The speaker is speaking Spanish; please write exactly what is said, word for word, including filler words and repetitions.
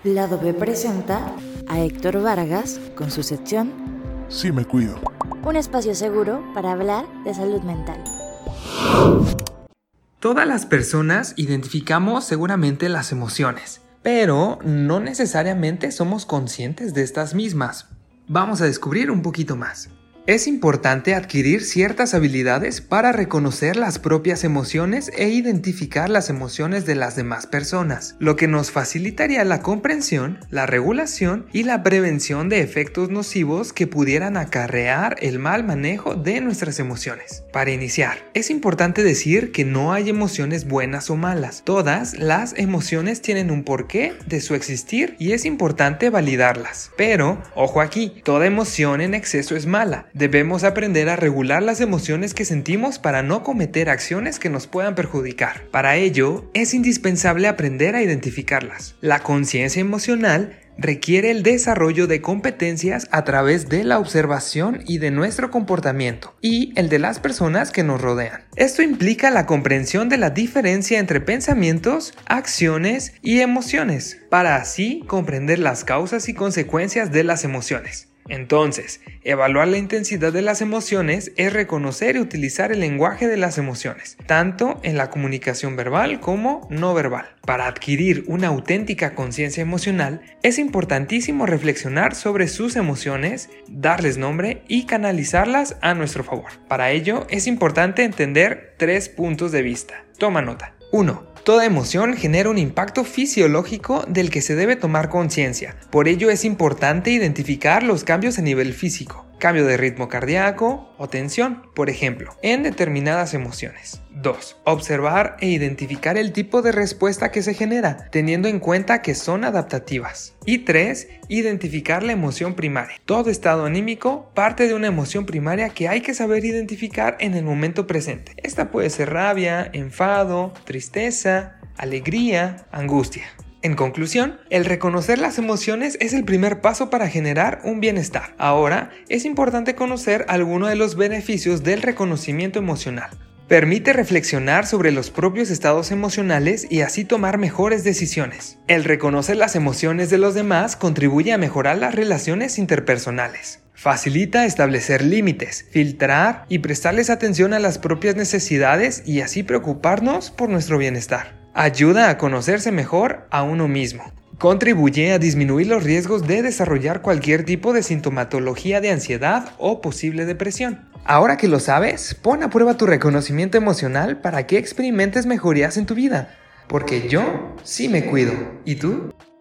Lado B presenta a Héctor Vargas con su sección Sí me cuido. Un espacio seguro para hablar de salud mental. Todas las personas identificamos seguramente las emociones, pero no necesariamente somos conscientes de estas mismas. Vamos a descubrir un poquito más. Es importante adquirir ciertas habilidades para reconocer las propias emociones e identificar las emociones de las demás personas, lo que nos facilitaría la comprensión, la regulación y la prevención de efectos nocivos que pudieran acarrear el mal manejo de nuestras emociones. Para iniciar, es importante decir que no hay emociones buenas o malas. Todas las emociones tienen un porqué de su existir y es importante validarlas. Pero, ojo aquí, toda emoción en exceso es mala. Debemos aprender a regular las emociones que sentimos para no cometer acciones que nos puedan perjudicar. Para ello, es indispensable aprender a identificarlas. La conciencia emocional requiere el desarrollo de competencias a través de la observación y de nuestro comportamiento, y el de las personas que nos rodean. Esto implica la comprensión de la diferencia entre pensamientos, acciones y emociones, para así comprender las causas y consecuencias de las emociones. Entonces, evaluar la intensidad de las emociones es reconocer y utilizar el lenguaje de las emociones, tanto en la comunicación verbal como no verbal. Para adquirir una auténtica conciencia emocional, es importantísimo reflexionar sobre sus emociones, darles nombre y canalizarlas a nuestro favor. Para ello, es importante entender tres puntos de vista. Toma nota. uno. Toda emoción genera un impacto fisiológico del que se debe tomar conciencia. Por ello es importante identificar los cambios a nivel físico, cambio de ritmo cardíaco o tensión, por ejemplo, en determinadas emociones. dos. Observar e identificar el tipo de respuesta que se genera, teniendo en cuenta que son adaptativas. Y tres. Identificar la emoción primaria. Todo estado anímico parte de una emoción primaria que hay que saber identificar en el momento presente. Esta puede ser rabia, enfado, tristeza, alegría, angustia. En conclusión, el reconocer las emociones es el primer paso para generar un bienestar. Ahora, es importante conocer algunos de los beneficios del reconocimiento emocional. Permite reflexionar sobre los propios estados emocionales y así tomar mejores decisiones. El reconocer las emociones de los demás contribuye a mejorar las relaciones interpersonales. Facilita establecer límites, filtrar y prestarles atención a las propias necesidades y así preocuparnos por nuestro bienestar. Ayuda a conocerse mejor a uno mismo. Contribuye a disminuir los riesgos de desarrollar cualquier tipo de sintomatología de ansiedad o posible depresión. Ahora que lo sabes, pon a prueba tu reconocimiento emocional para que experimentes mejorías en tu vida. Porque yo sí me cuido. ¿Y tú?